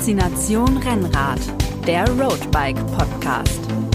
Faszination Rennrad, der Roadbike Podcast.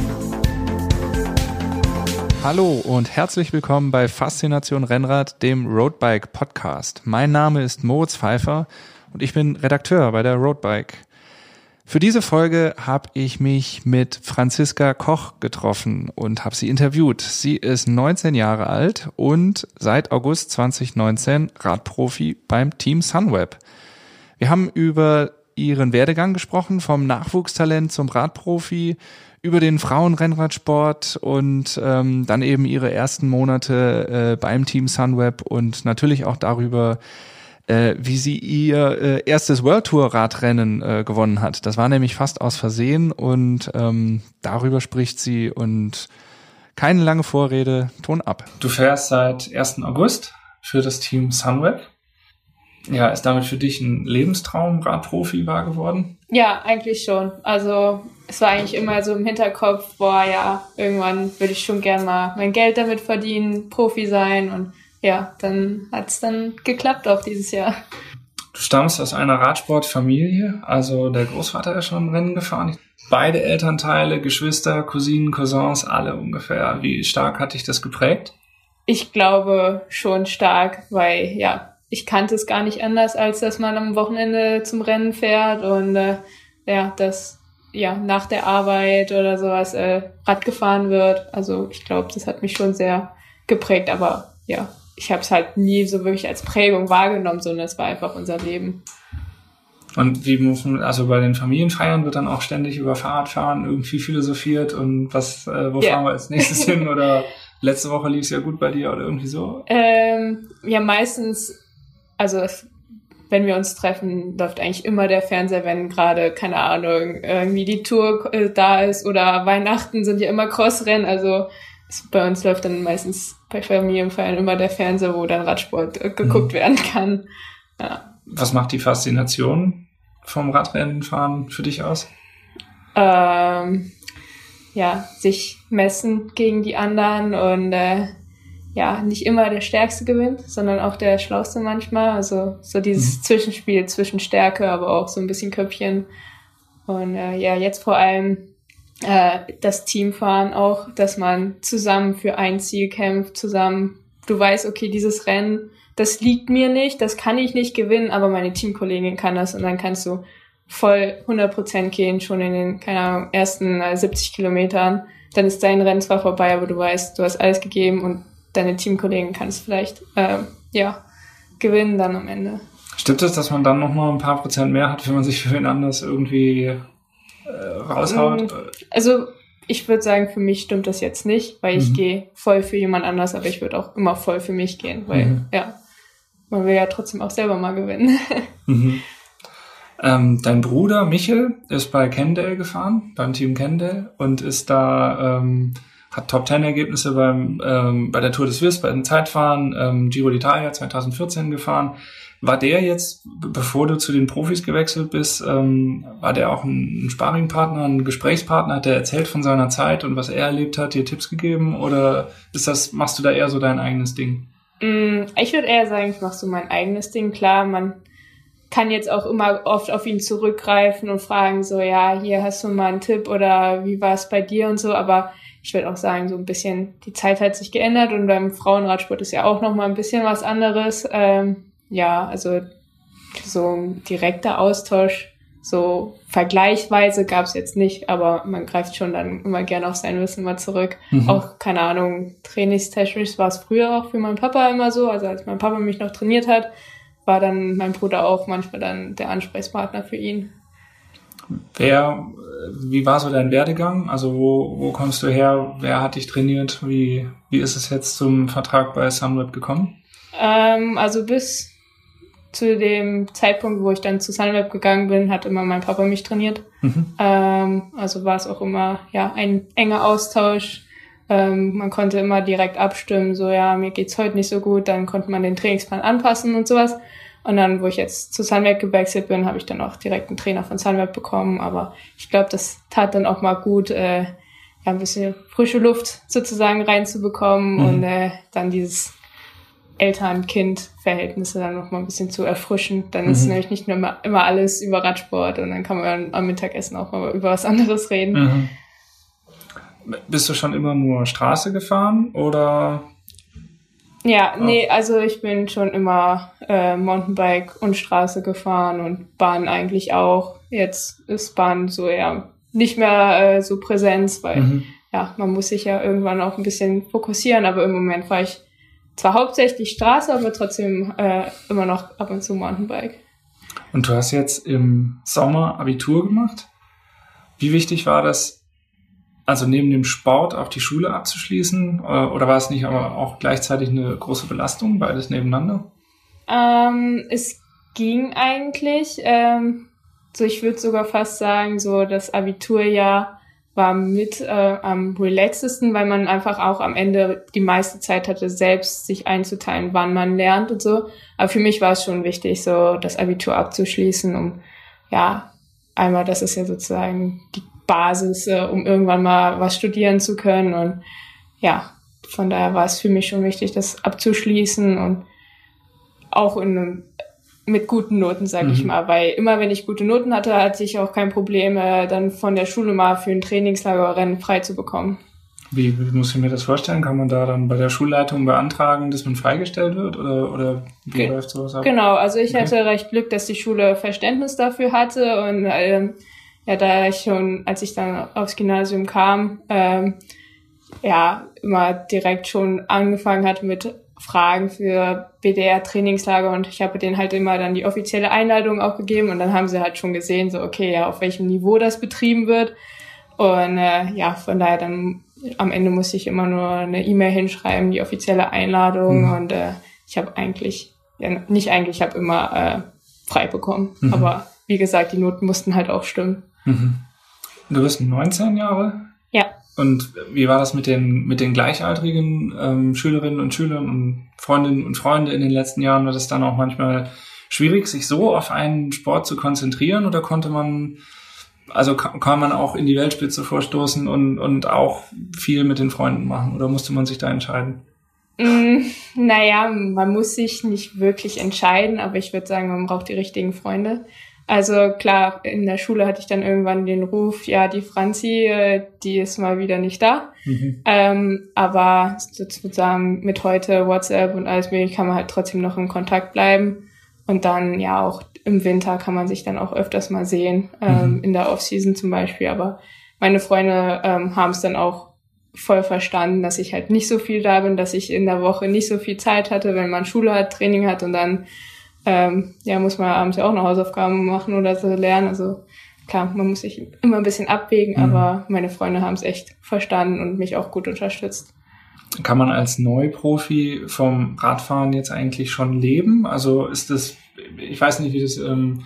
Hallo und herzlich willkommen bei Faszination Rennrad, dem Roadbike Podcast. Mein Name ist Moritz Pfeiffer und ich bin Redakteur bei der Roadbike. Für diese Folge habe ich mich mit Franziska Koch getroffen und habe sie interviewt. Sie ist 19 Jahre alt und seit August 2019 Radprofi beim Team Sunweb. Wir haben über ihren Werdegang gesprochen, vom Nachwuchstalent zum Radprofi, über den Frauenrennradsport und dann eben ihre ersten Monate beim Team Sunweb und natürlich auch darüber, wie sie ihr erstes World Tour Radrennen gewonnen hat. Das war nämlich fast aus Versehen und darüber spricht sie und keine lange Vorrede, Ton ab. Du fährst seit 1. August für das Team Sunweb. Ja, ist damit für dich ein Lebenstraum, Radprofi wahr geworden? Ja, eigentlich schon. Also es war eigentlich immer so im Hinterkopf, irgendwann würde ich schon gern mal mein Geld damit verdienen, Profi sein, und ja, dann hat's dann geklappt auch dieses Jahr. Du stammst aus einer Radsportfamilie, also der Großvater ist schon Rennen gefahren. Beide Elternteile, Geschwister, Cousinen, Cousins, alle ungefähr. Wie stark hat dich das geprägt? Ich glaube schon stark, weil ich kannte es gar nicht anders, als dass man am Wochenende zum Rennen fährt und nach der Arbeit oder sowas Rad gefahren wird. Also ich glaube, das hat mich schon sehr geprägt, aber ja, ich habe es halt nie so wirklich als Prägung wahrgenommen, sondern es war einfach unser Leben. Und also bei den Familienfeiern wird dann auch ständig über Fahrradfahren irgendwie philosophiert und fahren wir als nächstes hin, oder letzte Woche lief es ja gut bei dir oder irgendwie so? Meistens, also wenn wir uns treffen, läuft eigentlich immer der Fernseher, wenn gerade, keine Ahnung, irgendwie die Tour da ist, oder Weihnachten sind ja immer Crossrennen, also bei uns läuft dann meistens bei Familienfeiern immer der Fernseher, wo dann Radsport geguckt werden kann. Ja. Was macht die Faszination vom Radrennenfahren für dich aus? Sich messen gegen die anderen und nicht immer der Stärkste gewinnt, sondern auch der Schlauste manchmal. Also so dieses Zwischenspiel zwischen Stärke, aber auch so ein bisschen Köpfchen. Und jetzt vor allem das Teamfahren auch, dass man zusammen für ein Ziel kämpft, zusammen. Du weißt, okay, dieses Rennen, das liegt mir nicht, das kann ich nicht gewinnen, aber meine Teamkollegin kann das, und dann kannst du voll 100% gehen, schon in den, keine Ahnung, ersten 70 Kilometern. Dann ist dein Rennen zwar vorbei, aber du weißt, du hast alles gegeben und deine Teamkollegen kann es vielleicht gewinnen dann am Ende. Stimmt es, dass man dann nochmal ein paar Prozent mehr hat, wenn man sich für wen anders irgendwie raushaut? Also ich würde sagen, für mich stimmt das jetzt nicht, weil ich gehe voll für jemand anders, aber ich würde auch immer voll für mich gehen, weil man will ja trotzdem auch selber mal gewinnen. Dein Bruder Michel ist bei Cannondale gefahren, beim Team Cannondale, und ist da hat Top-10-Ergebnisse bei der Tour de Suisse, bei den Zeitfahren, Giro d'Italia 2014 gefahren. War der jetzt, bevor du zu den Profis gewechselt bist, war der auch ein Sparringpartner, ein Gesprächspartner? Hat der erzählt von seiner Zeit und was er erlebt hat, dir Tipps gegeben? Oder machst du da eher so dein eigenes Ding? Ich würde eher sagen, ich mache so mein eigenes Ding. Klar, man kann jetzt auch immer oft auf ihn zurückgreifen und fragen so, ja, hier hast du mal einen Tipp oder wie war es bei dir und so, aber ich würde auch sagen, so ein bisschen, die Zeit hat sich geändert und beim Frauenradsport ist ja auch noch mal ein bisschen was anderes. Also so ein direkter Austausch, so vergleichsweise gab es jetzt nicht, aber man greift schon dann immer gerne auf sein Wissen mal zurück. Auch, keine Ahnung, trainingstechnisch war es früher auch für meinen Papa immer so, also als mein Papa mich noch trainiert hat, war dann mein Bruder auch manchmal dann der Ansprechpartner für ihn. Wie war so dein Werdegang? Also wo kommst du her? Wer hat dich trainiert? Wie ist es jetzt zum Vertrag bei Sunweb gekommen? Also bis zu dem Zeitpunkt, wo ich dann zu Sunweb gegangen bin, hat immer mein Papa mich trainiert. Also war es auch immer ein enger Austausch. Man konnte immer direkt abstimmen, so mir geht's heute nicht so gut, dann konnte man den Trainingsplan anpassen und sowas. Und dann, wo ich jetzt zu Sunweb gewechselt bin, habe ich dann auch direkt einen Trainer von Sunweb bekommen. Aber ich glaube, das tat dann auch mal gut, ein bisschen frische Luft sozusagen reinzubekommen und dann dieses Eltern-Kind-Verhältnisse dann noch mal ein bisschen zu erfrischen. Dann ist nämlich nicht nur immer alles über Radsport und dann kann man am Mittagessen auch mal über was anderes reden. Bist du schon immer nur Straße gefahren oder? Ja, nee, also ich bin schon immer Mountainbike und Straße gefahren und Bahn eigentlich auch. Jetzt ist Bahn so eher nicht mehr so Präsenz, weil man muss sich ja irgendwann auch ein bisschen fokussieren, aber im Moment fahre ich zwar hauptsächlich Straße, aber trotzdem immer noch ab und zu Mountainbike. Und du hast jetzt im Sommer Abitur gemacht. Wie wichtig war das, also neben dem Sport auch die Schule abzuschließen? Oder war es nicht aber auch gleichzeitig eine große Belastung, beides nebeneinander? Es ging eigentlich. So, ich würde sogar fast sagen, so das Abiturjahr war mit am relaxesten, weil man einfach auch am Ende die meiste Zeit hatte, selbst sich einzuteilen, wann man lernt und so. Aber für mich war es schon wichtig, so das Abitur abzuschließen, um einmal, das ist ja sozusagen die Basis, um irgendwann mal was studieren zu können. Und von daher war es für mich schon wichtig, das abzuschließen und auch mit guten Noten, sage ich mal, weil immer, wenn ich gute Noten hatte, hatte ich auch kein Problem, dann von der Schule mal für ein Trainingslagerrennen frei zu bekommen. Wie muss ich mir das vorstellen? Kann man da dann bei der Schulleitung beantragen, dass man freigestellt wird? Oder wie läuft sowas ab? Genau, also ich hatte recht Glück, dass die Schule Verständnis dafür hatte und da ich schon, als ich dann aufs Gymnasium kam, immer direkt schon angefangen hat mit Fragen für BDR-Trainingslager und ich habe denen halt immer dann die offizielle Einladung auch gegeben und dann haben sie halt schon gesehen, so okay, auf welchem Niveau das betrieben wird und von daher dann am Ende musste ich immer nur eine E-Mail hinschreiben, die offizielle Einladung und ich habe ich habe immer frei bekommen, aber wie gesagt, die Noten mussten halt auch stimmen. Du bist 19 Jahre? Ja. Und wie war das mit den gleichaltrigen Schülerinnen und Schülern und Freundinnen und Freunden in den letzten Jahren? War das dann auch manchmal schwierig, sich so auf einen Sport zu konzentrieren? Oder kann man auch in die Weltspitze vorstoßen und auch viel mit den Freunden machen? Oder musste man sich da entscheiden? Naja, man muss sich nicht wirklich entscheiden, aber ich würde sagen, man braucht die richtigen Freunde. Also klar, in der Schule hatte ich dann irgendwann den Ruf, ja, die Franzi, die ist mal wieder nicht da. Aber sozusagen mit heute WhatsApp und alles mögliche kann man halt trotzdem noch in Kontakt bleiben. Und dann auch im Winter kann man sich dann auch öfters mal sehen, in der Off-Season zum Beispiel. Aber meine Freunde haben es dann auch voll verstanden, dass ich halt nicht so viel da bin, dass ich in der Woche nicht so viel Zeit hatte, wenn man Schule hat, Training hat und dann muss man abends ja auch noch Hausaufgaben machen oder so lernen. Also klar, man muss sich immer ein bisschen abwägen, aber meine Freunde haben es echt verstanden und mich auch gut unterstützt. Kann man als Neuprofi vom Radfahren jetzt eigentlich schon leben? Also ist das, ich weiß nicht, wie das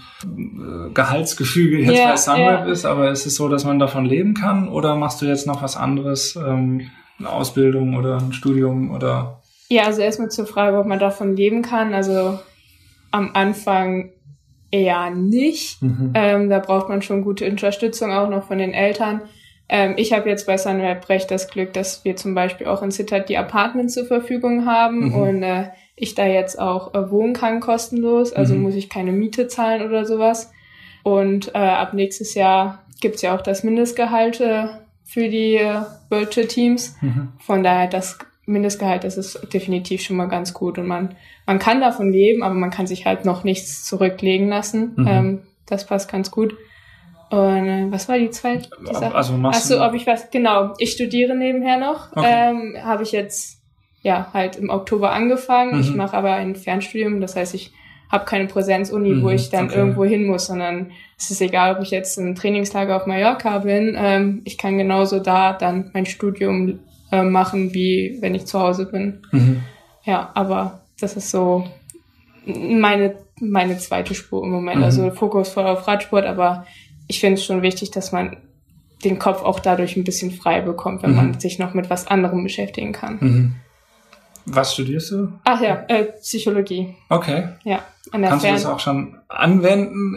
Gehaltsgefüge jetzt bei Sunweb ist, aber ist es so, dass man davon leben kann? Oder machst du jetzt noch was anderes, eine Ausbildung oder ein Studium oder? Ja, also erstmal zur Frage, ob man davon leben kann. Also am Anfang eher nicht. Da braucht man schon gute Unterstützung auch noch von den Eltern. Ich habe jetzt bei Sunweb recht das Glück, dass wir zum Beispiel auch in Sittard die Apartments zur Verfügung haben und ich da jetzt auch wohnen kann kostenlos. Also muss ich keine Miete zahlen oder sowas. Und ab nächstes Jahr gibt's ja auch das Mindestgehalt für die Virtual Teams. Von daher das Mindestgehalt, das ist definitiv schon mal ganz gut und man kann davon leben, aber man kann sich halt noch nichts zurücklegen lassen. Das passt ganz gut. Und was war die zweite Sache? Also genau, ich studiere nebenher noch. Okay. Habe ich jetzt halt im Oktober angefangen. Ich mache aber ein Fernstudium, das heißt, ich habe keine Präsenzuni, wo ich dann irgendwo hin muss, sondern es ist egal, ob ich jetzt im Trainingslager auf Mallorca bin. Ich kann genauso da dann mein Studium machen, wie wenn ich zu Hause bin. Ja, aber das ist so meine zweite Spur im Moment. Also Fokus voll auf Radsport, aber ich finde es schon wichtig, dass man den Kopf auch dadurch ein bisschen frei bekommt, wenn man sich noch mit was anderem beschäftigen kann. Was studierst du? Ach ja, Psychologie. Okay. Ja, an der Kannst du das auch schon anwenden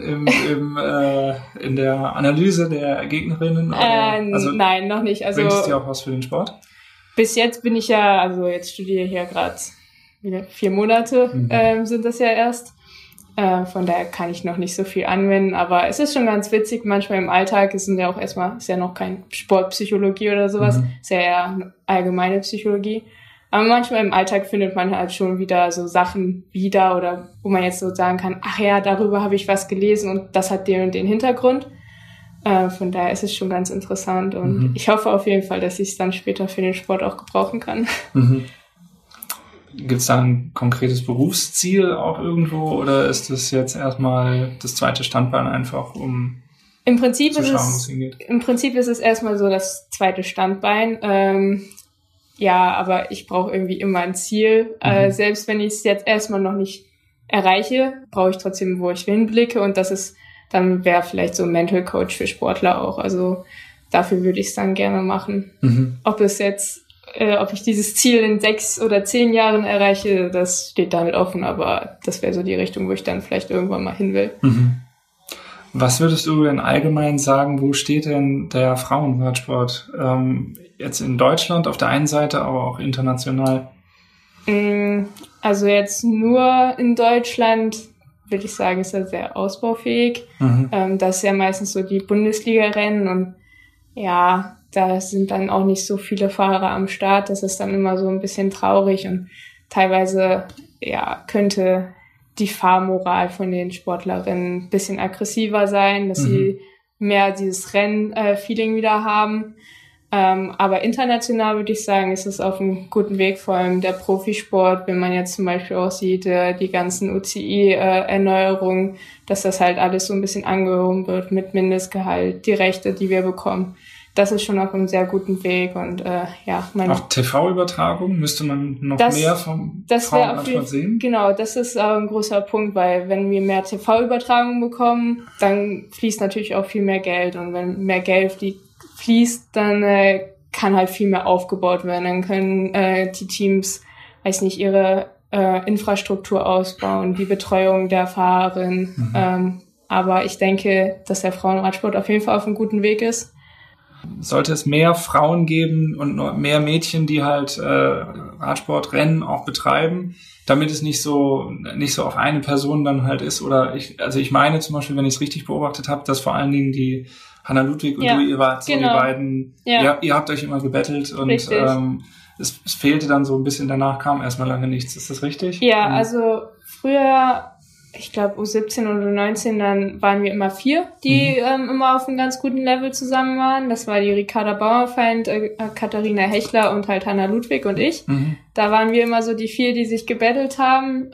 in der Analyse der Gegnerinnen? Nein, noch nicht. Also bringt es dir auch was für den Sport? Bis jetzt bin ich jetzt studiere ich ja gerade 4 Monate sind das ja erst. Von daher kann ich noch nicht so viel anwenden, aber es ist schon ganz witzig, manchmal im Alltag, ist ja noch kein Sportpsychologie oder sowas, ist ja eher allgemeine Psychologie, aber manchmal im Alltag findet man halt schon wieder so Sachen wieder oder wo man jetzt so sagen kann, ach ja, darüber habe ich was gelesen und das hat den und den Hintergrund. Von daher ist es schon ganz interessant und ich hoffe auf jeden Fall, dass ich es dann später für den Sport auch gebrauchen kann. Gibt es da ein konkretes Berufsziel auch irgendwo oder ist das jetzt erstmal das zweite Standbein einfach, um Im Prinzip zu schauen, wo es hingeht? Im Prinzip ist es erstmal so das zweite Standbein. Ja, aber ich brauche irgendwie immer ein Ziel. Selbst wenn ich es jetzt erstmal noch nicht erreiche, brauche ich trotzdem, wo ich hinblicke und dann wäre vielleicht so ein Mental Coach für Sportler auch. Also dafür würde ich es dann gerne machen. Ob ich dieses Ziel in 6 oder 10 Jahren erreiche, das steht damit offen, aber das wäre so die Richtung, wo ich dann vielleicht irgendwann mal hin will. Was würdest du denn allgemein sagen, wo steht denn der Frauenradsport jetzt in Deutschland auf der einen Seite, aber auch international? Also jetzt nur in Deutschland, würde ich sagen, ist er sehr ausbaufähig. Das ist ja meistens so die Bundesliga-Rennen und ja, da sind dann auch nicht so viele Fahrer am Start. Das ist dann immer so ein bisschen traurig und teilweise, ja, könnte die Fahrmoral von den Sportlerinnen ein bisschen aggressiver sein, dass sie mehr dieses Rennen-Feeling wieder haben. Aber international würde ich sagen, ist es auf einem guten Weg, vor allem der Profisport, wenn man jetzt zum Beispiel auch sieht, die ganzen UCI-Erneuerungen, dass das halt alles so ein bisschen angehoben wird mit Mindestgehalt, die Rechte, die wir bekommen. Das ist schon auf einem sehr guten Weg und auch TV-Übertragung müsste man noch mehr vom Frauenradsport sehen? Genau, das ist ein großer Punkt, weil wenn wir mehr TV-Übertragungen bekommen, dann fließt natürlich auch viel mehr Geld und wenn mehr Geld fließt, dann kann halt viel mehr aufgebaut werden. Dann können die Teams, ihre Infrastruktur ausbauen, die Betreuung der Fahrerin. Aber ich denke, dass der Frauenradsport auf jeden Fall auf einem guten Weg ist. Sollte es mehr Frauen geben und noch mehr Mädchen, die halt Radsportrennen auch betreiben, damit es nicht so auf eine Person dann halt ist? Oder ich meine zum Beispiel, wenn ich es richtig beobachtet habe, dass vor allen Dingen die Hanna Ludwig und du, ihr wart so die beiden, ihr habt euch immer gebettelt und es fehlte dann so ein bisschen, danach kam erstmal lange nichts. Ist das richtig? Ja, also früher, ich glaube U17 oder U19, dann waren wir immer 4, die immer auf einem ganz guten Level zusammen waren. Das war die Ricarda Bauerfeind, Katharina Hechler und halt Hanna Ludwig und ich. Da waren wir immer so die 4, die sich gebettelt haben.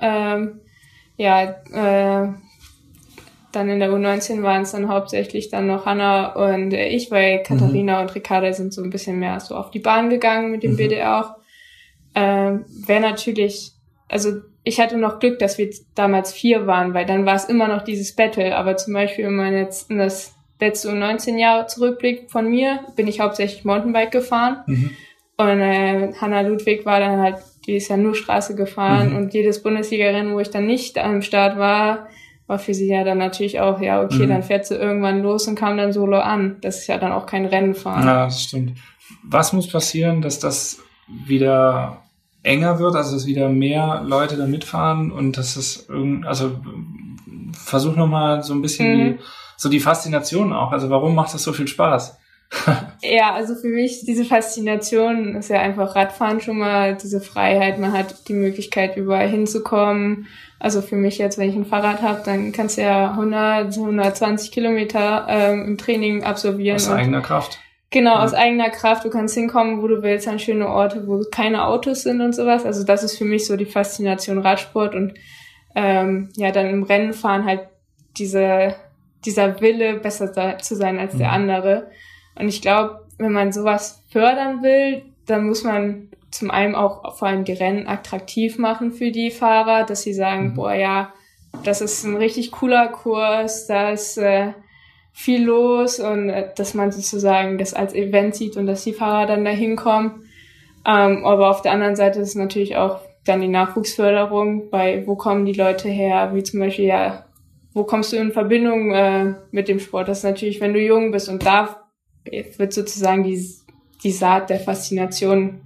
Dann in der U19 waren es dann hauptsächlich dann noch Hanna und ich, weil Katharina und Ricarda sind so ein bisschen mehr so auf die Bahn gegangen mit dem BDR auch. Wäre natürlich, also ich hatte noch Glück, dass wir damals 4 waren, weil dann war es immer noch dieses Battle. Aber zum Beispiel, wenn man jetzt in das letzte U19-Jahr zurückblickt von mir, bin ich hauptsächlich Mountainbike gefahren. Und Hanna Ludwig war dann halt, die ist ja nur Straße gefahren und jedes Bundesliga-Rennen, wo ich dann nicht am Start war für sie ja dann natürlich auch, dann fährt sie irgendwann los und kam dann solo an. Das ist ja dann auch kein Rennen fahren. Ja, das stimmt. Was muss passieren, dass das wieder enger wird, also dass wieder mehr Leute da mitfahren und dass es versuch nochmal so ein bisschen die Faszination auch. Also warum macht das so viel Spaß? Ja, also für mich diese Faszination ist ja einfach Radfahren schon mal, diese Freiheit. Man hat die Möglichkeit, überall hinzukommen. Also für mich jetzt, wenn ich ein Fahrrad habe, dann kannst du ja 120 Kilometer im Training absolvieren. Aus eigener Kraft. Genau, aus eigener Kraft. Du kannst hinkommen, wo du willst, an schöne Orte, wo keine Autos sind und sowas. Also das ist für mich so die Faszination Radsport und dann im Rennen fahren halt dieser Wille, besser zu sein als der andere. Und ich glaube, wenn man sowas fördern will, dann muss man zum einen auch vor allem die Rennen attraktiv machen für die Fahrer, dass sie sagen, das ist ein richtig cooler Kurs, da ist viel los und dass man sozusagen das als Event sieht und dass die Fahrer dann da hinkommen. Aber auf der anderen Seite ist natürlich auch dann die Nachwuchsförderung, wo kommen die Leute her, wie zum Beispiel, wo kommst du in Verbindung mit dem Sport? Das ist natürlich, wenn du jung bist und da wird sozusagen die Saat der Faszination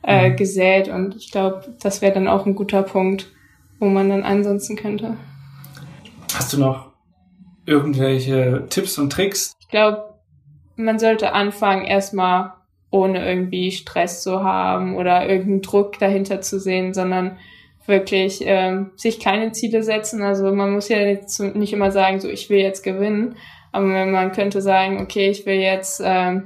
gesät. Und ich glaube, das wäre dann auch ein guter Punkt, wo man dann ansetzen könnte. Hast du noch irgendwelche Tipps und Tricks? Ich glaube, man sollte anfangen, erstmal ohne irgendwie Stress zu haben oder irgendeinen Druck dahinter zu sehen, sondern wirklich sich kleine Ziele setzen. Also man muss ja jetzt nicht immer sagen, so ich will jetzt gewinnen, aber man könnte sagen, okay, ich will jetzt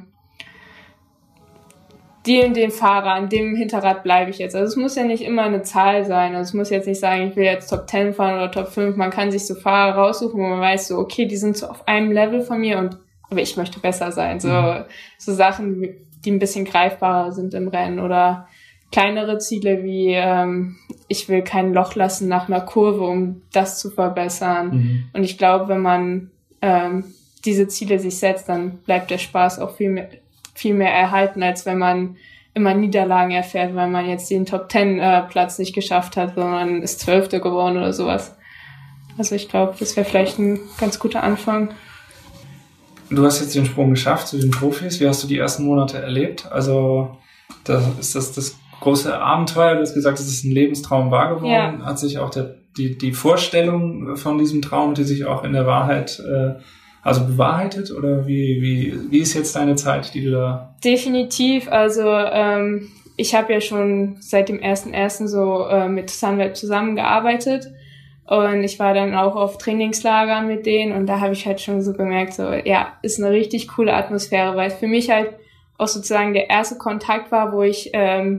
den Fahrer, an dem Hinterrad bleibe ich jetzt. Also es muss ja nicht immer eine Zahl sein. Also es muss jetzt nicht sagen, ich will jetzt Top 10 fahren oder Top 5. Man kann sich so Fahrer raussuchen, wo man weiß, so okay, die sind so auf einem Level von mir aber ich möchte besser sein. So Sachen, die ein bisschen greifbarer sind im Rennen oder kleinere Ziele wie ich will kein Loch lassen nach einer Kurve, um das zu verbessern. Und ich glaube, wenn man diese Ziele sich setzt, dann bleibt der Spaß auch viel mehr erhalten, als wenn man immer Niederlagen erfährt, weil man jetzt den Top 10 Platz nicht geschafft hat, sondern ist 12. geworden oder sowas. Also ich glaube, das wäre vielleicht ein ganz guter Anfang. Du hast jetzt den Sprung geschafft zu den Profis. Wie hast du die ersten Monate erlebt? Also ist das große Abenteuer? Du hast gesagt, es ist ein Lebenstraum wahr geworden. Ja. Hat sich auch die Vorstellung von diesem Traum, die sich auch in der Wahrheit bewahrheitet? Oder wie ist jetzt deine Zeit, die du da... Definitiv. Also ich habe ja schon seit dem 1.1. so mit Sunweb zusammengearbeitet. Und ich war dann auch auf Trainingslagern mit denen und da habe ich halt schon so gemerkt, so ja, ist eine richtig coole Atmosphäre, weil es für mich halt auch sozusagen der erste Kontakt war, wo ich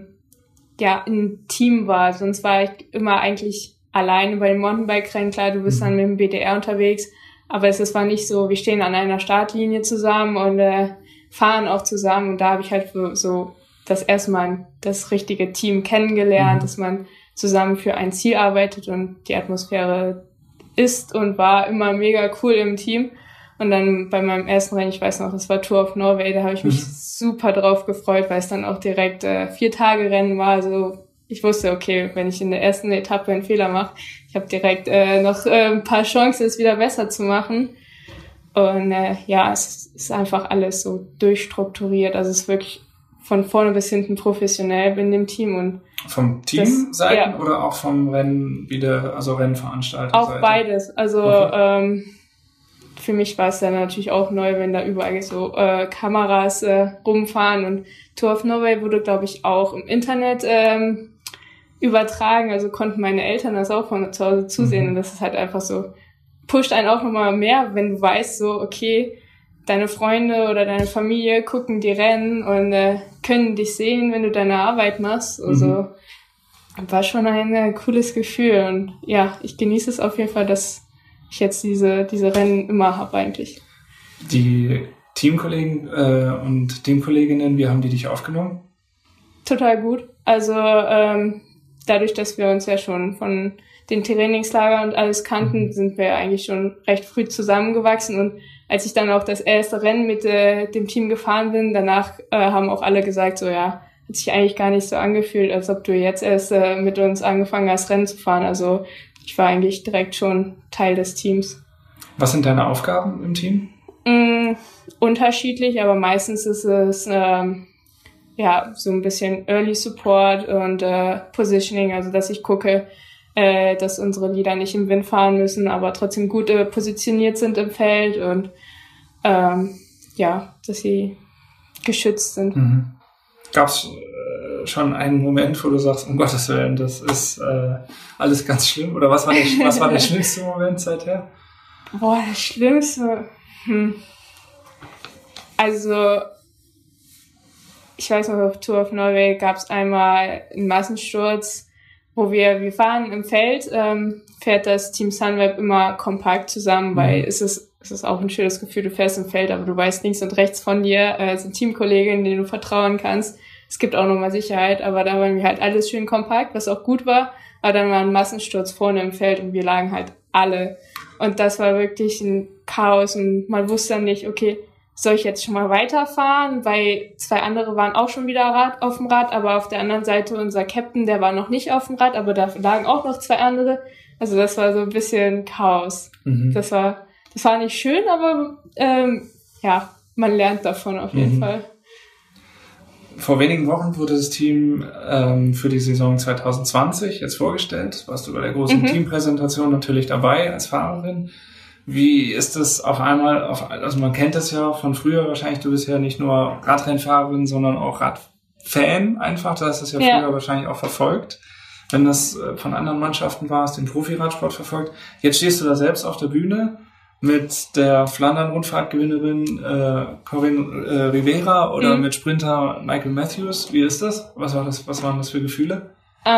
im Team war. Sonst war ich immer eigentlich alleine bei den Mountainbike-Rennen. Klar, du bist dann mit dem BDR unterwegs, aber es war nicht so, wir stehen an einer Startlinie zusammen und fahren auch zusammen und da habe ich halt so das erste Mal das richtige Team kennengelernt, dass man zusammen für ein Ziel arbeitet und die Atmosphäre ist und war immer mega cool im Team. Und dann bei meinem ersten Rennen, ich weiß noch, das war Tour of Norway, da habe ich mich super drauf gefreut, weil es dann auch direkt 4-Tage-Rennen war. Also ich wusste, okay, wenn ich in der ersten Etappe einen Fehler mache, ich habe direkt noch ein paar Chancen, es wieder besser zu machen. Und es ist einfach alles so durchstrukturiert. Also es ist wirklich von vorne bis hinten professionell in dem Team. Und vom Teamseiten oder auch vom Rennen Rennveranstalter? Auch beides. Also okay. Für mich war es dann natürlich auch neu, wenn da überall so Kameras rumfahren. Und Tour of Norway wurde, glaube ich, auch im Internet übertragen. Also konnten meine Eltern das auch von zu Hause zusehen. Und das ist halt einfach so, pusht einen auch nochmal mehr, wenn du weißt, so, okay, deine Freunde oder deine Familie gucken die Rennen und können dich sehen, wenn du deine Arbeit machst. Also war schon ein cooles Gefühl. Und ja, ich genieße es auf jeden Fall, dass ich jetzt diese Rennen immer habe eigentlich. Die Teamkollegen und Teamkolleginnen, wie haben die dich aufgenommen? Total gut. Also dadurch, dass wir uns ja schon von den Trainingslagern und alles kannten, sind wir eigentlich schon recht früh zusammengewachsen. Und als ich dann auch das erste Rennen mit dem Team gefahren bin, danach haben auch alle gesagt, so ja, hat sich eigentlich gar nicht so angefühlt, als ob du jetzt erst mit uns angefangen hast, Rennen zu fahren. Also ich war eigentlich direkt schon Teil des Teams. Was sind deine Aufgaben im Team? Unterschiedlich, aber meistens ist es so ein bisschen Early Support und Positioning, also dass ich gucke, dass unsere Leader nicht im Wind fahren müssen, aber trotzdem gut positioniert sind im Feld und dass sie geschützt sind. Gab es schon einen Moment, wo du sagst, um Gottes Willen, das ist alles ganz schlimm? Oder was war der schlimmste Moment seither? Boah, das Schlimmste? Also, ich weiß noch, auf Tour of Norway gab es einmal einen Massensturz, wo wir fahren im Feld, fährt das Team Sunweb immer kompakt zusammen, weil es ist auch ein schönes Gefühl, du fährst im Feld, aber du weißt links und rechts von dir sind Teamkolleginnen, denen du vertrauen kannst. Es gibt auch nochmal Sicherheit, aber da waren wir halt alles schön kompakt, was auch gut war. Aber dann war ein Massensturz vorne im Feld und wir lagen halt alle. Und das war wirklich ein Chaos und man wusste dann nicht, okay, soll ich jetzt schon mal weiterfahren? Weil 2 andere waren auch schon wieder auf dem Rad, aber auf der anderen Seite unser Captain, der war noch nicht auf dem Rad, aber da lagen auch noch 2 andere. Also das war so ein bisschen Chaos. Das war nicht schön, aber man lernt davon auf jeden Fall. Vor wenigen Wochen wurde das Team für die Saison 2020 jetzt vorgestellt. Warst du bei der großen Teampräsentation natürlich dabei als Fahrerin. Wie ist das auf einmal, also man kennt das ja von früher wahrscheinlich, du bist ja nicht nur Radrennfahrerin, sondern auch Radfan einfach, du hast das ja früher wahrscheinlich auch verfolgt, wenn das von anderen Mannschaften war, hast den Profi-Radsport verfolgt. Jetzt stehst du da selbst auf der Bühne mit der Flandern-Rundfahrtgewinnerin Corinne Rivera oder mit Sprinter Michael Matthews. Wie ist das? Was waren das für Gefühle?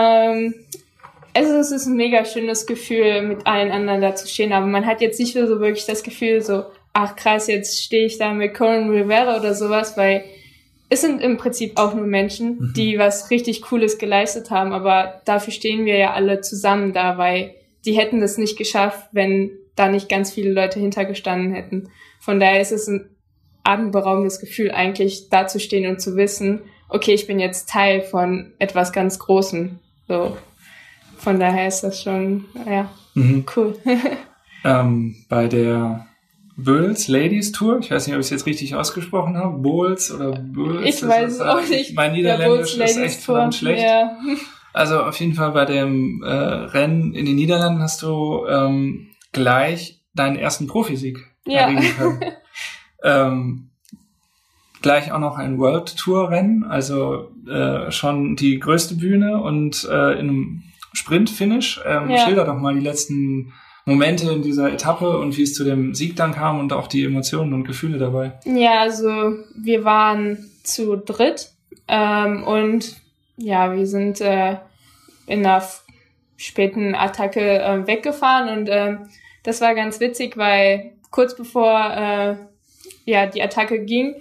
Also es ist ein mega schönes Gefühl, mit allen anderen da zu stehen, aber man hat jetzt nicht so wirklich das Gefühl so, ach krass, jetzt stehe ich da mit Corinne Rivera oder sowas, weil es sind im Prinzip auch nur Menschen, die was richtig Cooles geleistet haben, aber dafür stehen wir ja alle zusammen da, weil die hätten das nicht geschafft, wenn da nicht ganz viele Leute hintergestanden hätten. Von daher ist es ein atemberaubendes Gefühl eigentlich, da zu stehen und zu wissen, okay, ich bin jetzt Teil von etwas ganz Großem, so. Von daher ist das schon, cool. Bei der Bulls Ladies Tour, ich weiß nicht, ob ich es jetzt richtig ausgesprochen habe, Bulls oder Bulls. Ich weiß es auch nicht. Mein Niederländisch ist echt verdammt schlecht. Ja. Also auf jeden Fall bei dem Rennen in den Niederlanden hast du gleich deinen ersten Profisieg erringen können. Gleich auch noch ein World Tour Rennen, also schon die größte Bühne und in einem Sprint-Finish. Schilder doch mal die letzten Momente in dieser Etappe und wie es zu dem Sieg dann kam und auch die Emotionen und Gefühle dabei. Ja, also wir waren zu dritt und ja, wir sind in einer späten Attacke weggefahren und das war ganz witzig, weil kurz bevor die Attacke ging,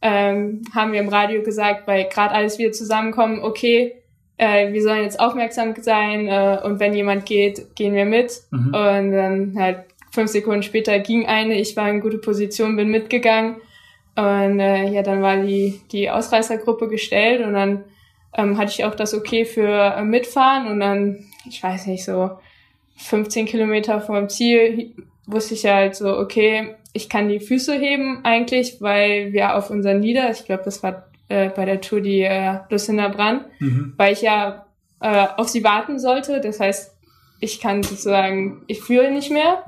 haben wir im Radio gesagt, weil gerade alles wieder zusammenkommen, okay, wir sollen jetzt aufmerksam sein und wenn jemand geht, gehen wir mit. Und dann halt 5 Sekunden später ging eine, ich war in gute Position, bin mitgegangen und dann war die Ausreißergruppe gestellt und dann hatte ich auch das Okay für mitfahren und dann, ich weiß nicht, so 15 Kilometer vom Ziel wusste ich halt so, okay, ich kann die Füße heben eigentlich, weil wir auf unseren Leader, ich glaube, das war bei der Tour die Lucinda Brand, weil ich ja auf sie warten sollte. Das heißt, ich kann sozusagen, ich führe nicht mehr.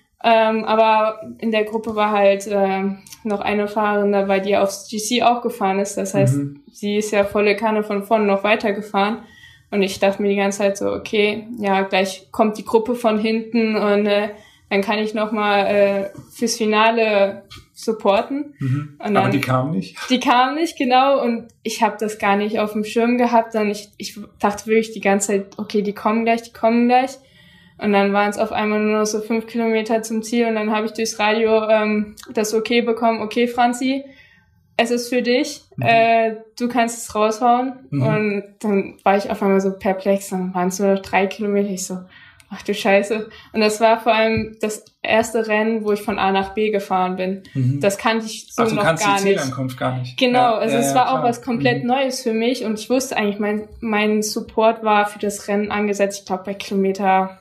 Aber in der Gruppe war halt noch eine Fahrerin dabei, die aufs GC auch gefahren ist. Das heißt, sie ist ja volle Kanne von vorne noch weitergefahren. Und ich dachte mir die ganze Zeit so, okay, ja, gleich kommt die Gruppe von hinten und dann kann ich nochmal fürs Finale supporten. Und dann, aber die kamen nicht? Die kamen nicht, genau. Und ich habe das gar nicht auf dem Schirm gehabt. Dann ich dachte wirklich die ganze Zeit, okay, die kommen gleich. Und dann waren es auf einmal nur noch so 5 Kilometer zum Ziel. Und dann habe ich durchs Radio das Okay bekommen, okay, Franzi, es ist für dich. Du kannst es raushauen. Und dann war ich auf einmal so perplex. Dann waren es nur noch 3 Kilometer. Ich so, ach du Scheiße. Und das war vor allem das erste Rennen, wo ich von A nach B gefahren bin. Das kannte ich so noch gar nicht. Du kannst die Zielankunft gar nicht. Genau, also es war auch was komplett Neues für mich und ich wusste eigentlich, mein Support war für das Rennen angesetzt, ich glaube bei Kilometer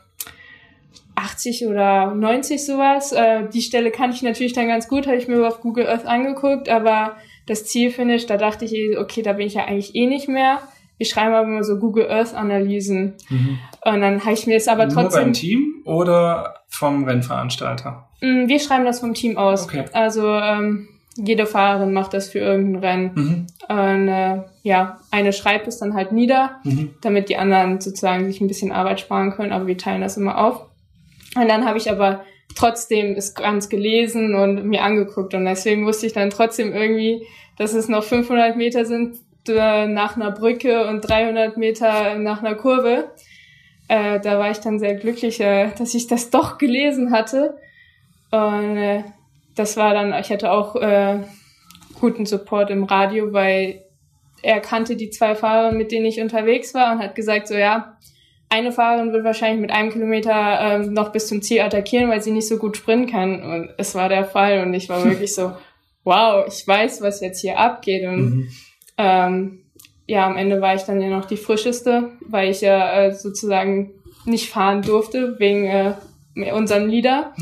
80 oder 90 sowas. Die Stelle kannte ich natürlich dann ganz gut, habe ich mir auf Google Earth angeguckt, aber das Zielfinish, da dachte ich, okay, da bin ich ja eigentlich eh nicht mehr. Wir schreiben aber immer so Google Earth Analysen. Und dann habe ich mir das aber trotzdem... Nur beim Team oder vom Rennveranstalter? Wir schreiben das vom Team aus. Okay. Also jede Fahrerin macht das für irgendein Rennen. Und eine schreibt es dann halt nieder, damit die anderen sozusagen sich ein bisschen Arbeit sparen können. Aber wir teilen das immer auf. Und dann habe ich aber trotzdem es ganz gelesen und mir angeguckt. Und deswegen wusste ich dann trotzdem irgendwie, dass es noch 500 Meter sind nach einer Brücke und 300 Meter nach einer Kurve. Da war ich dann sehr glücklich, dass ich das doch gelesen hatte. Und das war dann, ich hatte auch guten Support im Radio, weil er kannte die 2 Fahrer, mit denen ich unterwegs war und hat gesagt, so ja, eine Fahrerin wird wahrscheinlich mit 1 Kilometer noch bis zum Ziel attackieren, weil sie nicht so gut sprinten kann. Und es war der Fall und ich war wirklich so, wow, ich weiß, was jetzt hier abgeht. Und am Ende war ich dann ja noch die frischeste, weil ich ja sozusagen nicht fahren durfte wegen unserem Leader.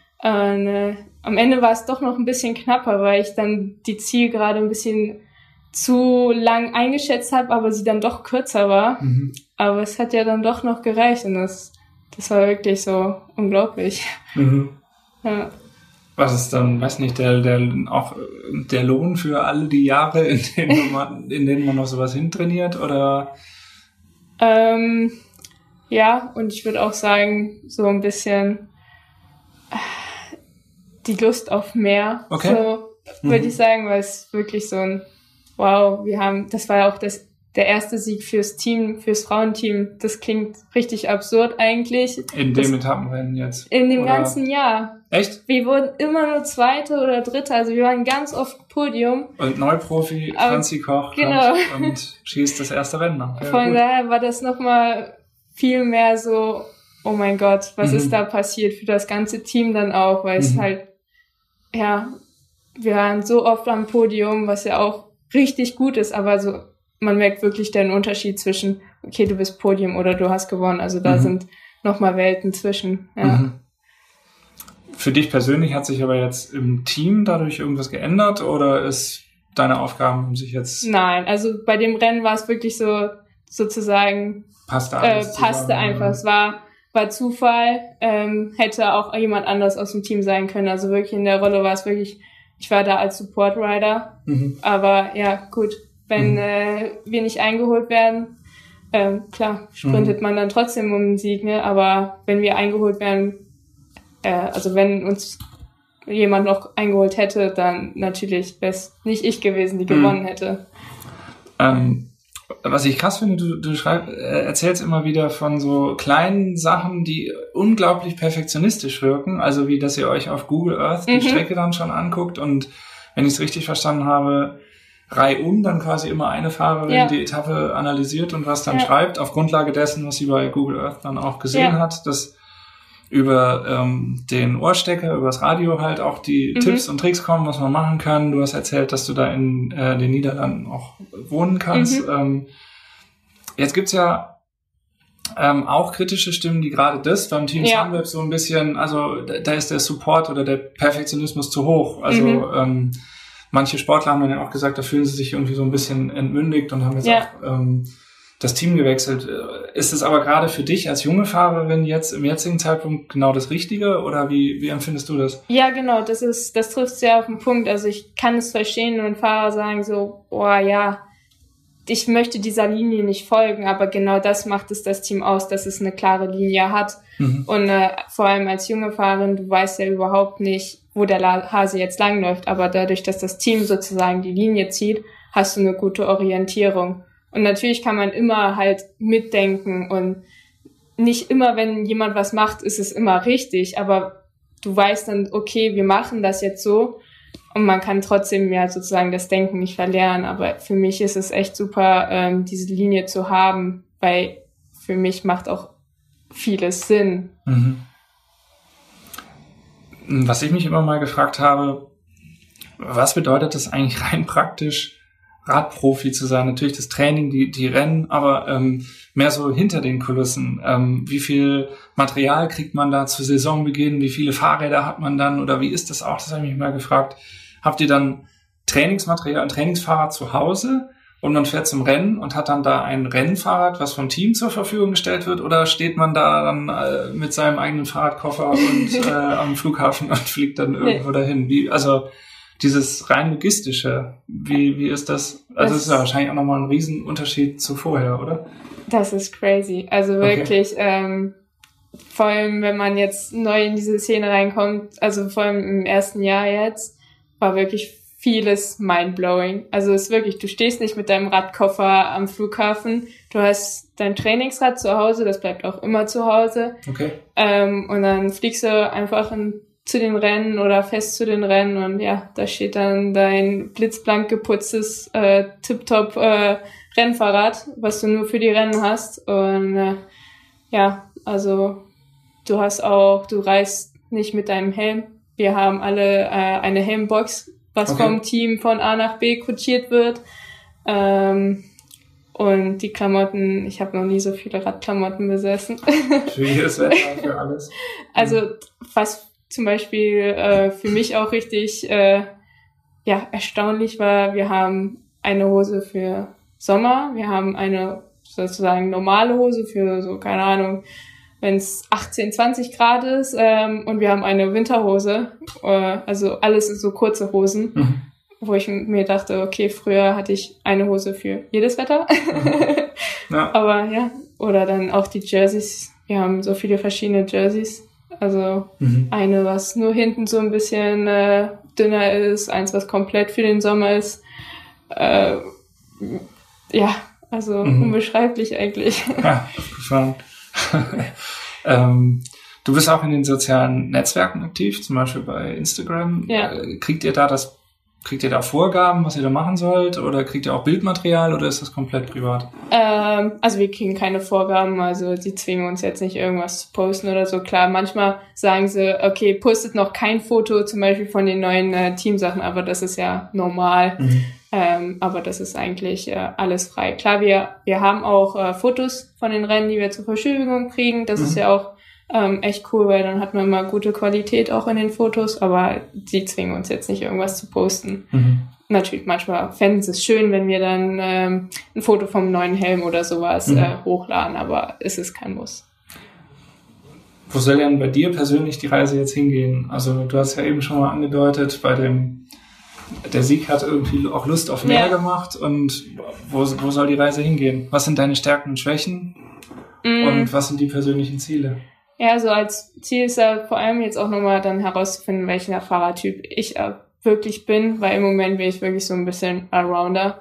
Und am Ende war es doch noch ein bisschen knapper, weil ich dann die Zielgerade ein bisschen zu lang eingeschätzt habe, aber sie dann doch kürzer war. Aber es hat ja dann doch noch gereicht und das war wirklich so unglaublich. Ja. Was ist dann, weiß nicht, der Lohn für alle die Jahre, in denen man noch sowas hintrainiert, oder? Ja, und ich würde auch sagen, so ein bisschen die Lust auf mehr. Okay. So würde ich sagen, weil es wirklich so ein wow, das war ja auch der erste Sieg fürs Team, fürs Frauenteam. Das klingt richtig absurd eigentlich. In dem Etappenrennen jetzt? In dem ganzen Jahr. Echt? Wir wurden immer nur Zweite oder Dritte, also wir waren ganz oft Podium. Und Neuprofi Franzi Koch genau. und schießt das erste Rennen noch. Ja, von daher war das nochmal viel mehr so, oh mein Gott, was ist da passiert für das ganze Team dann auch, weil es halt, ja, wir waren so oft am Podium, was ja auch richtig gut ist, aber so, man merkt wirklich den Unterschied zwischen, okay, du bist Podium oder du hast gewonnen, also da sind nochmal Welten zwischen, ja. Für dich persönlich hat sich aber jetzt im Team dadurch irgendwas geändert oder ist deine Aufgaben haben sich jetzt... Nein, also bei dem Rennen war es wirklich so, sozusagen, passte einfach, es war Zufall, hätte auch jemand anders aus dem Team sein können, also wirklich in der Rolle war es wirklich, ich war da als Support Rider, aber ja, gut, wenn wir nicht eingeholt werden, klar, sprintet man dann trotzdem um den Sieg, ne? Aber wenn wir eingeholt werden, also wenn uns jemand noch eingeholt hätte, dann natürlich wäre es nicht ich gewesen, die gewonnen hätte. Was ich krass finde, du erzählst immer wieder von so kleinen Sachen, die unglaublich perfektionistisch wirken, also wie, dass ihr euch auf Google Earth die Strecke dann schon anguckt und wenn ich es richtig verstanden habe, reihum dann quasi immer eine Fahrerin die Etappe analysiert und was dann schreibt, auf Grundlage dessen, was sie bei Google Earth dann auch gesehen hat, dass über den Ohrstecker, über das Radio halt auch die Tipps und Tricks kommen, was man machen kann. Du hast erzählt, dass du da in den Niederlanden auch wohnen kannst. Jetzt gibt's ja auch kritische Stimmen, die gerade das beim Team Sunweb so ein bisschen, also da ist der Support oder der Perfektionismus zu hoch. Also manche Sportler haben dann ja auch gesagt, da fühlen sie sich irgendwie so ein bisschen entmündigt und haben jetzt auch das Team gewechselt. Ist es aber gerade für dich als junge Fahrerin jetzt im jetzigen Zeitpunkt genau das Richtige oder wie empfindest du das? Ja, genau, das trifft sehr auf den Punkt. Also ich kann es verstehen, wenn Fahrer sagen so, oh ja, ich möchte dieser Linie nicht folgen, aber genau das macht es das Team aus, dass es eine klare Linie hat. Und vor allem als junge Fahrerin, du weißt ja überhaupt nicht, wo der Hase jetzt langläuft, aber dadurch, dass das Team sozusagen die Linie zieht, hast du eine gute Orientierung. Und natürlich kann man immer halt mitdenken und nicht immer, wenn jemand was macht, ist es immer richtig, aber du weißt dann, okay, wir machen das jetzt so und man kann trotzdem ja sozusagen das Denken nicht verlernen, aber für mich ist es echt super, diese Linie zu haben, weil für mich macht auch vieles Sinn. Was ich mich immer mal gefragt habe, was bedeutet das eigentlich rein praktisch, Radprofi zu sein? Natürlich das Training, die Rennen, aber mehr so hinter den Kulissen. Wie viel Material kriegt man da zu Saisonbeginn? Wie viele Fahrräder hat man dann? Oder wie ist das auch? Das habe ich mich mal gefragt. Habt ihr dann Trainingsmaterial und Trainingsfahrrad zu Hause und man fährt zum Rennen und hat dann da ein Rennfahrrad, was vom Team zur Verfügung gestellt wird? Oder steht man da dann mit seinem eigenen Fahrradkoffer und am Flughafen und fliegt dann irgendwo dahin? Dieses rein logistische, wie ist das? Also das ist ja wahrscheinlich auch nochmal ein Riesenunterschied zu vorher, oder? Das ist crazy. Also wirklich, vor allem wenn man jetzt neu in diese Szene reinkommt, also vor allem im ersten Jahr jetzt, war wirklich vieles mindblowing. Also es ist wirklich, du stehst nicht mit deinem Radkoffer am Flughafen, du hast dein Trainingsrad zu Hause, das bleibt auch immer zu Hause. Okay. Und dann fliegst du einfach zu den Rennen oder fest zu den Rennen und ja, da steht dann dein blitzblank geputztes Tip-Top Rennfahrrad, was du nur für die Rennen hast und also du reist nicht mit deinem Helm. Wir haben alle eine Helmbox, was vom Team von A nach B kutschiert wird und die Klamotten, ich habe noch nie so viele Radklamotten besessen. Für jedes Wetter, für alles. Also was zum Beispiel für mich auch richtig erstaunlich war, wir haben eine Hose für Sommer, wir haben eine sozusagen normale Hose für so, keine Ahnung, wenn es 18, 20 Grad ist, und wir haben eine Winterhose, also alles ist so kurze Hosen, wo ich mir dachte, okay, früher hatte ich eine Hose für jedes Wetter, ja. Aber ja, oder dann auch die Jerseys, wir haben so viele verschiedene Jerseys, also eine, was nur hinten so ein bisschen dünner ist, eins, was komplett für den Sommer ist, ja, also unbeschreiblich eigentlich. Ja, abgefahren. Du bist auch in den sozialen Netzwerken aktiv, zum Beispiel bei Instagram. Ja. Kriegt ihr da Vorgaben, was ihr da machen sollt? Oder kriegt ihr auch Bildmaterial oder ist das komplett privat? Also wir kriegen keine Vorgaben, also sie zwingen uns jetzt nicht irgendwas zu posten oder so. Klar, manchmal sagen sie, okay, postet noch kein Foto zum Beispiel von den neuen Teamsachen, aber das ist ja normal. Aber das ist eigentlich alles frei. Klar, wir haben auch Fotos von den Rennen, die wir zur Verfügung kriegen. Das ist ja auch echt cool, weil dann hat man immer gute Qualität auch in den Fotos, aber sie zwingen uns jetzt nicht, irgendwas zu posten. Natürlich, manchmal fänden sie es schön, wenn wir dann ein Foto vom neuen Helm oder sowas hochladen, aber es ist kein Muss. Wo soll denn bei dir persönlich die Reise jetzt hingehen? Also du hast ja eben schon mal angedeutet, der Sieg hat irgendwie auch Lust auf mehr gemacht, und wo soll die Reise hingehen? Was sind deine Stärken und Schwächen? Und was sind die persönlichen Ziele? Ja, so als Ziel ist ja vor allem jetzt auch nochmal dann herauszufinden, welcher Fahrertyp ich wirklich bin, weil im Moment bin ich wirklich so ein bisschen Allrounder.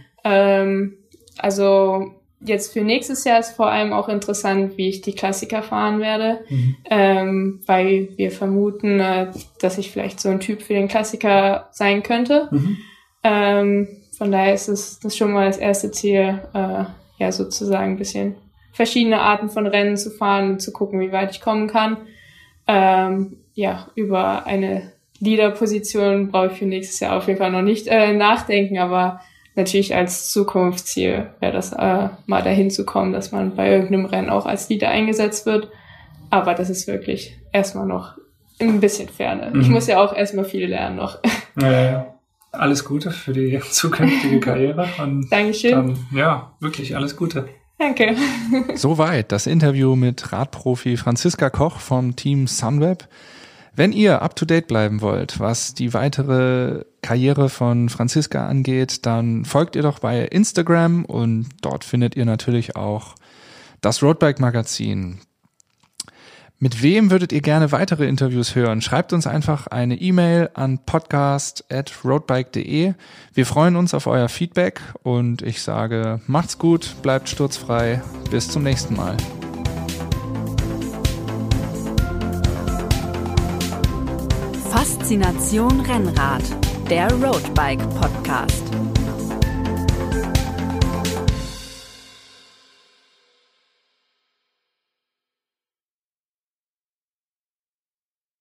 Also jetzt für nächstes Jahr ist vor allem auch interessant, wie ich die Klassiker fahren werde, weil wir vermuten, dass ich vielleicht so ein Typ für den Klassiker sein könnte. Von daher ist das schon mal das erste Ziel, ja sozusagen ein bisschen verschiedene Arten von Rennen zu fahren und zu gucken, wie weit ich kommen kann. Ja, über eine Leader-Position brauche ich für nächstes Jahr auf jeden Fall noch nicht nachdenken, aber natürlich als Zukunftsziel wäre das mal dahin zu kommen, dass man bei irgendeinem Rennen auch als Leader eingesetzt wird. Aber das ist wirklich erstmal noch ein bisschen Ferne. Ich muss ja auch erstmal viel lernen noch. Ja. Alles Gute für die zukünftige Karriere. Und Dankeschön. Dann, ja, wirklich alles Gute. Danke. Soweit das Interview mit Radprofi Franziska Koch vom Team Sunweb. Wenn ihr up-to-date bleiben wollt, was die weitere Karriere von Franziska angeht, dann folgt ihr doch bei Instagram, und dort findet ihr natürlich auch das Roadbike-Magazin. Mit wem würdet ihr gerne weitere Interviews hören? Schreibt uns einfach eine E-Mail an podcast@roadbike.de. Wir freuen uns auf euer Feedback, und ich sage, macht's gut, bleibt sturzfrei, bis zum nächsten Mal. Faszination Rennrad, der Roadbike Podcast.